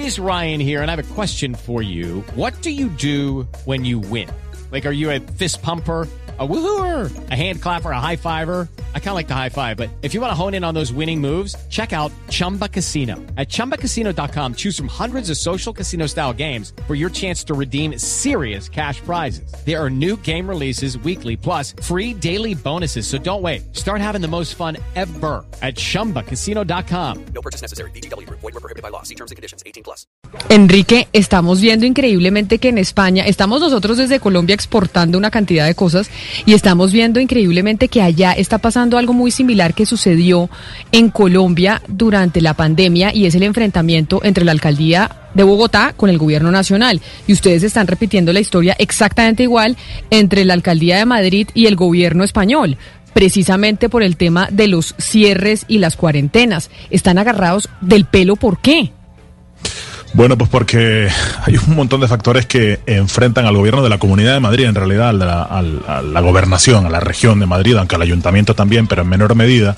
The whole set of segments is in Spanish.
is Ryan here, and I have a question for you. What do you do when you win? Like, are you a fist pumper, a woohooer, a hand clapper, a high fiver? I kind of like the high five, but if you want to hone in on those winning moves, check out Chumba Casino. At ChumbaCasino.com, choose from hundreds of social casino-style games for your chance to redeem serious cash prizes. There are new game releases weekly, plus free daily bonuses, so don't wait. Start having the most fun ever at ChumbaCasino.com. No purchase necessary. VGW Group. Void where prohibited by law. See terms and conditions. 18+. Enrique, estamos viendo increíblemente que en España, estamos nosotros desde Colombia exportando una cantidad de cosas y estamos viendo increíblemente que allá está pasando algo muy similar que sucedió en Colombia durante la pandemia, y es el enfrentamiento entre la alcaldía de Bogotá con el gobierno nacional. Y ustedes están repitiendo la historia exactamente igual entre la alcaldía de Madrid y el gobierno español, precisamente por el tema de los cierres y las cuarentenas. Están agarrados del pelo, ¿por qué? Bueno, pues porque hay un montón de factores que enfrentan al gobierno de la Comunidad de Madrid, en realidad a la gobernación, a la región de Madrid, aunque al ayuntamiento también, pero en menor medida,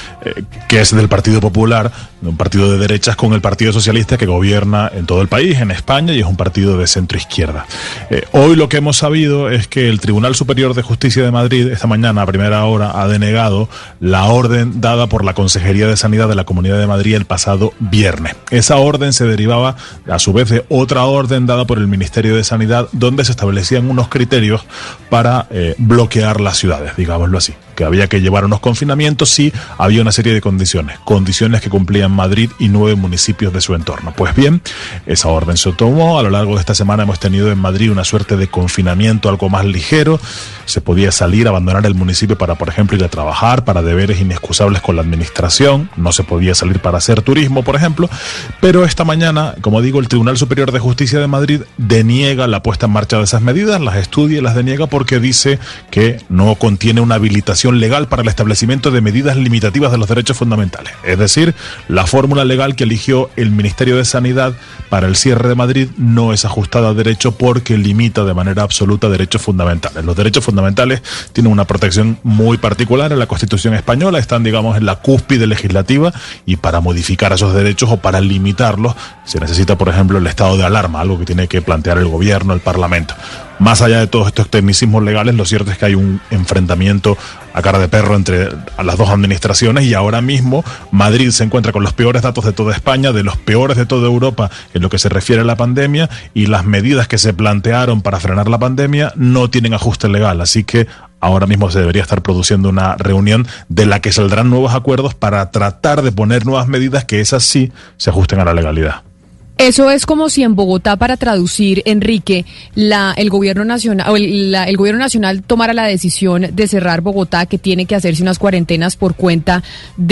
que es del Partido Popular, un partido de derechas, con el Partido Socialista, que gobierna en todo el país, en España, y es un partido de centro-izquierda. Hoy lo que hemos sabido es que el Tribunal Superior de Justicia de Madrid, esta mañana a primera hora, ha denegado la orden dada por la Consejería de Sanidad de la Comunidad de Madrid el pasado viernes. Esa orden se derivaba, a su vez, de otra orden dada por el Ministerio de Sanidad, donde se establecían unos criterios para bloquear las ciudades, digámoslo así, que había que llevar unos confinamientos si había una serie de condiciones que cumplían Madrid y 9 municipios de su entorno. Pues bien, esa orden se tomó. A lo largo de esta semana hemos tenido en Madrid una suerte de confinamiento algo más ligero. Se podía salir, abandonar el municipio para, por ejemplo, ir a trabajar, para deberes inexcusables con la administración. No se podía salir para hacer turismo, por ejemplo. Pero esta mañana, como digo, el Tribunal Superior de Justicia de Madrid deniega la puesta en marcha de esas medidas, las estudia y las deniega porque dice que no contiene una habilitación legal para el establecimiento de medidas limitativas de los derechos fundamentales. Es decir, la fórmula legal que eligió el Ministerio de Sanidad para el cierre de Madrid no es ajustada a derecho porque limita de manera absoluta derechos fundamentales. Los derechos fundamentales tienen una protección muy particular en la Constitución española, están, digamos, en la cúspide legislativa, y para modificar esos derechos o para limitarlos se necesita, por ejemplo, el estado de alarma, algo que tiene que plantear el gobierno, el Parlamento. Más allá de todos estos tecnicismos legales, lo cierto es que hay un enfrentamiento a cara de perro entre las dos administraciones, y ahora mismo Madrid se encuentra con los peores datos de toda España, de los peores de toda Europa en lo que se refiere a la pandemia, y las medidas que se plantearon para frenar la pandemia no tienen ajuste legal, así que ahora mismo se debería estar produciendo una reunión de la que saldrán nuevos acuerdos para tratar de poner nuevas medidas que esas sí se ajusten a la legalidad. Eso es como si en Bogotá, para traducir, Enrique, el gobierno nacional o el gobierno nacional tomara la decisión de cerrar Bogotá, que tiene que hacerse unas cuarentenas por cuenta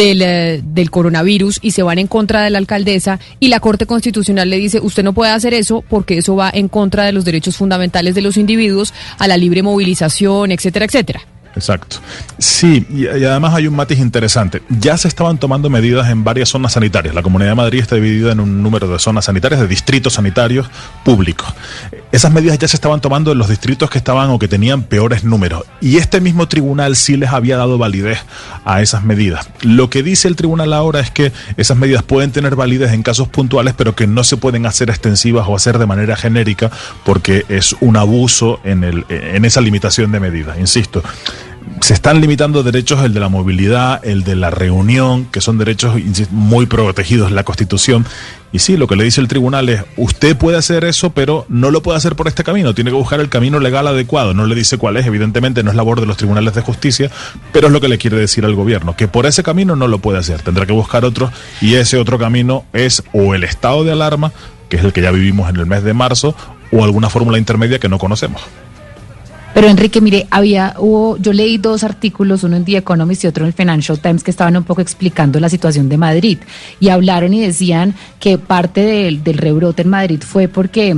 del coronavirus, y se van en contra de la alcaldesa, y la Corte Constitucional le dice: usted no puede hacer eso porque eso va en contra de los derechos fundamentales de los individuos a la libre movilización, etcétera, etcétera. Exacto. Sí, y además hay un matiz interesante. Ya se estaban tomando medidas en varias zonas sanitarias. La Comunidad de Madrid está dividida en un número de zonas sanitarias, de distritos sanitarios públicos. Esas medidas ya se estaban tomando en los distritos que estaban o que tenían peores números. Y este mismo tribunal sí les había dado validez a esas medidas. Lo que dice el tribunal ahora es que esas medidas pueden tener validez en casos puntuales, pero que no se pueden hacer extensivas o hacer de manera genérica, porque es un abuso en esa limitación de medidas. Insisto, se están limitando derechos, el de la movilidad, el de la reunión, que son derechos muy protegidos en la Constitución. Y sí, lo que le dice el tribunal es: usted puede hacer eso, pero no lo puede hacer por este camino, tiene que buscar el camino legal adecuado. No le dice cuál es, evidentemente no es labor de los tribunales de justicia, pero es lo que le quiere decir al gobierno, que por ese camino no lo puede hacer, tendrá que buscar otro, y ese otro camino es o el estado de alarma, que es el que ya vivimos en el mes de marzo, o alguna fórmula intermedia que no conocemos. Pero Enrique, mire, yo leí 2 artículos, uno en The Economist y otro en el Financial Times, que estaban un poco explicando la situación de Madrid, y hablaron y decían que parte del rebrote en Madrid fue porque,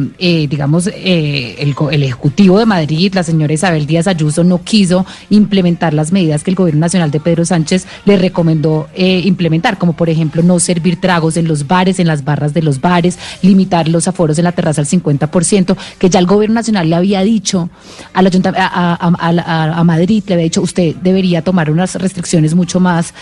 el Ejecutivo de Madrid, la señora Isabel Díaz Ayuso, no quiso implementar las medidas que el Gobierno Nacional de Pedro Sánchez le recomendó implementar, como por ejemplo no servir tragos en los bares, en las barras de los bares, limitar los aforos en la terraza al 50%, que ya el Gobierno Nacional le había dicho al Ayuntamiento a Madrid le había dicho, usted debería tomar unas restricciones mucho más,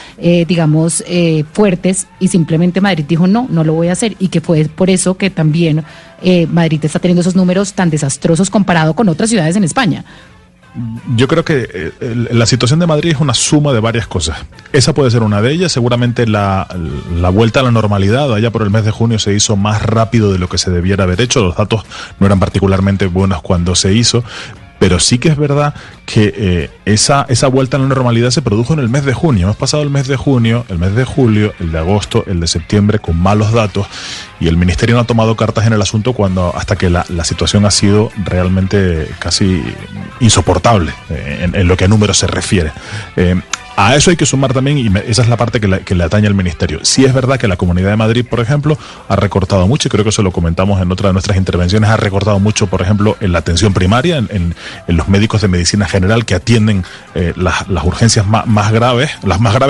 fuertes, y simplemente Madrid dijo, no lo voy a hacer, y que fue por eso que también Madrid está teniendo esos números tan desastrosos comparado con otras ciudades en España. Yo creo que la situación de Madrid es una suma de varias cosas. Esa puede ser una de ellas. Seguramente la vuelta a la normalidad allá por el mes de junio se hizo más rápido de lo que se debiera haber hecho. Los datos no eran particularmente buenos cuando se hizo. Pero sí que es verdad que esa vuelta a la normalidad se produjo en el mes de junio. Hemos pasado el mes de junio, el mes de julio, el de agosto, el de septiembre con malos datos, y el Ministerio no ha tomado cartas en el asunto hasta que la situación ha sido realmente casi insoportable en lo que a números se refiere. A eso hay que sumar también, y esa es la parte que le atañe al Ministerio. Sí es verdad que la Comunidad de Madrid, por ejemplo, ha recortado mucho, y creo que eso lo comentamos en otra de nuestras intervenciones, ha recortado mucho, por ejemplo, en la atención primaria, en los médicos de medicina general que atienden las urgencias más graves, las más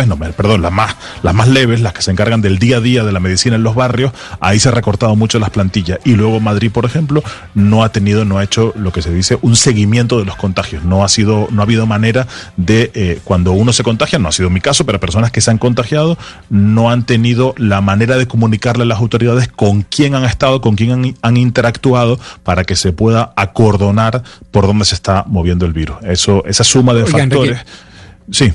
leves, las que se encargan del día a día de la medicina en los barrios. Ahí se ha recortado mucho las plantillas. Y luego Madrid, por ejemplo, no ha hecho lo que se dice un seguimiento de los contagios. No ha habido manera de, cuando uno se contagia, no ha sido mi caso, pero personas que se han contagiado no han tenido la manera de comunicarle a las autoridades con quién han estado, con quién han interactuado, para que se pueda acordonar por dónde se está moviendo el virus. Esa suma de factores. Enrique. Sí.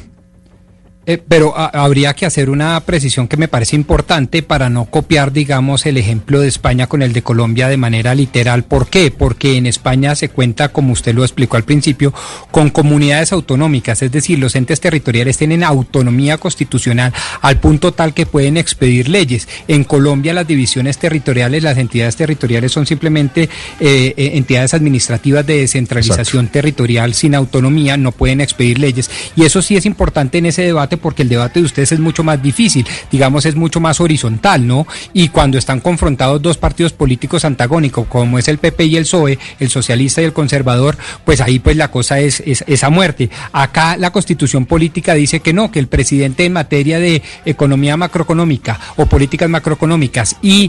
Pero habría que hacer una precisión que me parece importante para no copiar, digamos, el ejemplo de España con el de Colombia de manera literal. ¿Por qué? Porque en España se cuenta, como usted lo explicó al principio, con comunidades autonómicas, es decir, los entes territoriales tienen autonomía constitucional al punto tal que pueden expedir leyes. En Colombia las divisiones territoriales, las entidades territoriales son simplemente entidades administrativas de descentralización territorial sin autonomía, no pueden expedir leyes, y eso sí es importante en ese debate, porque el debate de ustedes es mucho más difícil, digamos, es mucho más horizontal, ¿no? Y cuando están confrontados dos partidos políticos antagónicos, como es el PP y el PSOE, el socialista y el conservador, pues ahí pues la cosa es a muerte. Acá la Constitución política dice que no, que el presidente en materia de economía macroeconómica o políticas macroeconómicas y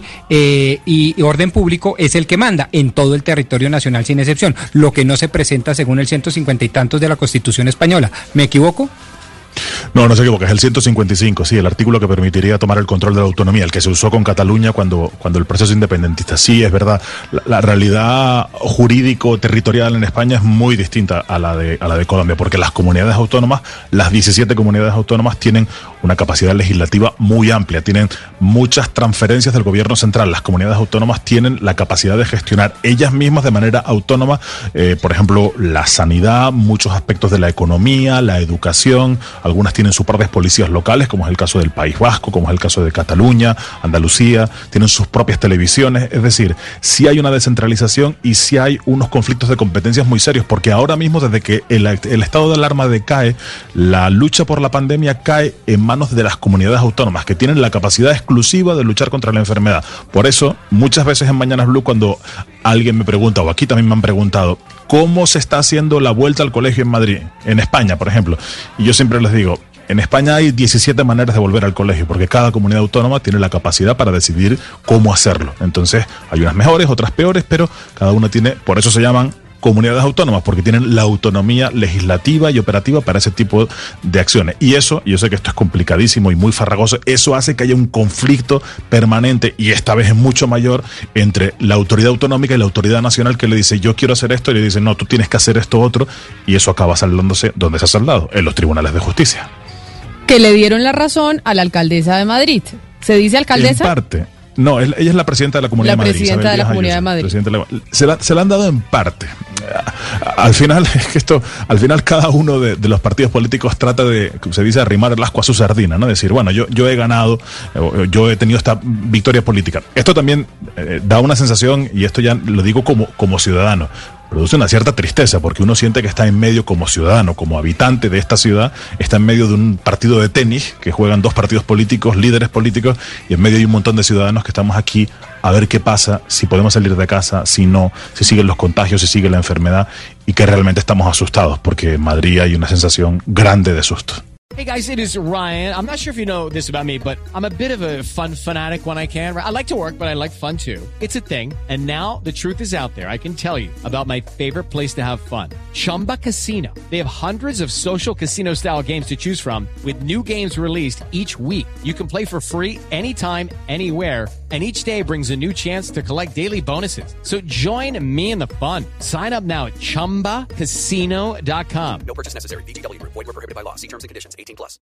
orden público es el que manda en todo el territorio nacional sin excepción, lo que no se presenta según el 150 y tantos de la Constitución española. ¿Me equivoco? No se equivoca, es el 155, sí, el artículo que permitiría tomar el control de la autonomía, el que se usó con Cataluña cuando el proceso independentista. Sí, es verdad, la realidad jurídico-territorial en España es muy distinta a la de Colombia, porque las comunidades autónomas, las 17 comunidades autónomas, tienen una capacidad legislativa muy amplia, tienen muchas transferencias del gobierno central. Las comunidades autónomas tienen la capacidad de gestionar ellas mismas de manera autónoma, por ejemplo, la sanidad, muchos aspectos de la economía, la educación. Algunas tienen sus propias policías locales, como es el caso del País Vasco, como es el caso de Cataluña, Andalucía, tienen sus propias televisiones. Es decir, sí hay una descentralización y sí hay unos conflictos de competencias muy serios, porque ahora mismo, desde que el estado de alarma decae, la lucha por la pandemia cae en manos de las comunidades autónomas, que tienen la capacidad exclusiva de luchar contra la enfermedad. Por eso, muchas veces en Mañanas Blue, cuando alguien me pregunta, o aquí también me han preguntado, ¿cómo se está haciendo la vuelta al colegio en Madrid, en España, por ejemplo? Y yo siempre les digo, en España hay 17 maneras de volver al colegio, porque cada comunidad autónoma tiene la capacidad para decidir cómo hacerlo. Entonces, hay unas mejores, otras peores, pero cada una tiene, por eso se llaman comunidades autónomas, porque tienen la autonomía legislativa y operativa para ese tipo de acciones. Y eso, yo sé que esto es complicadísimo y muy farragoso, eso hace que haya un conflicto permanente, y esta vez es mucho mayor, entre la autoridad autonómica y la autoridad nacional, que le dice yo quiero hacer esto, y le dice no, tú tienes que hacer esto otro, y eso acaba saldándose donde se ha saldado, en los tribunales de justicia. Que le dieron la razón a la alcaldesa de Madrid. ¿Se dice alcaldesa? En parte. No, ella es la presidenta de la Comunidad de Madrid. La presidenta de la Comunidad de Madrid. Se la han dado en parte. Al final, al final cada uno de los partidos políticos trata de, se dice, arrimar el ascua a su sardina, ¿no? Decir, bueno, yo he ganado, yo he tenido esta victoria política. Esto también da una sensación, y esto ya lo digo como ciudadano, produce una cierta tristeza, porque uno siente que está en medio, como ciudadano, como habitante de esta ciudad, está en medio de un partido de tenis que juegan dos partidos políticos, líderes políticos, y en medio hay un montón de ciudadanos que estamos aquí a ver qué pasa, si podemos salir de casa, si no, si siguen los contagios, si sigue la enfermedad, y que realmente estamos asustados, porque en Madrid hay una sensación grande de susto. Hey guys, it is Ryan. I'm not sure if you know this about me, but I'm a bit of a fun fanatic when I can. I like to work, but I like fun too. It's a thing. And now the truth is out there. I can tell you about my favorite place to have fun. Chumba Casino. They have hundreds of social casino style games to choose from with new games released each week. You can play for free anytime, anywhere. And each day brings a new chance to collect daily bonuses. So join me in the fun. Sign up now at ChumbaCasino.com. No purchase necessary. VGW Group. Void where prohibited by law. See terms and conditions. 18+.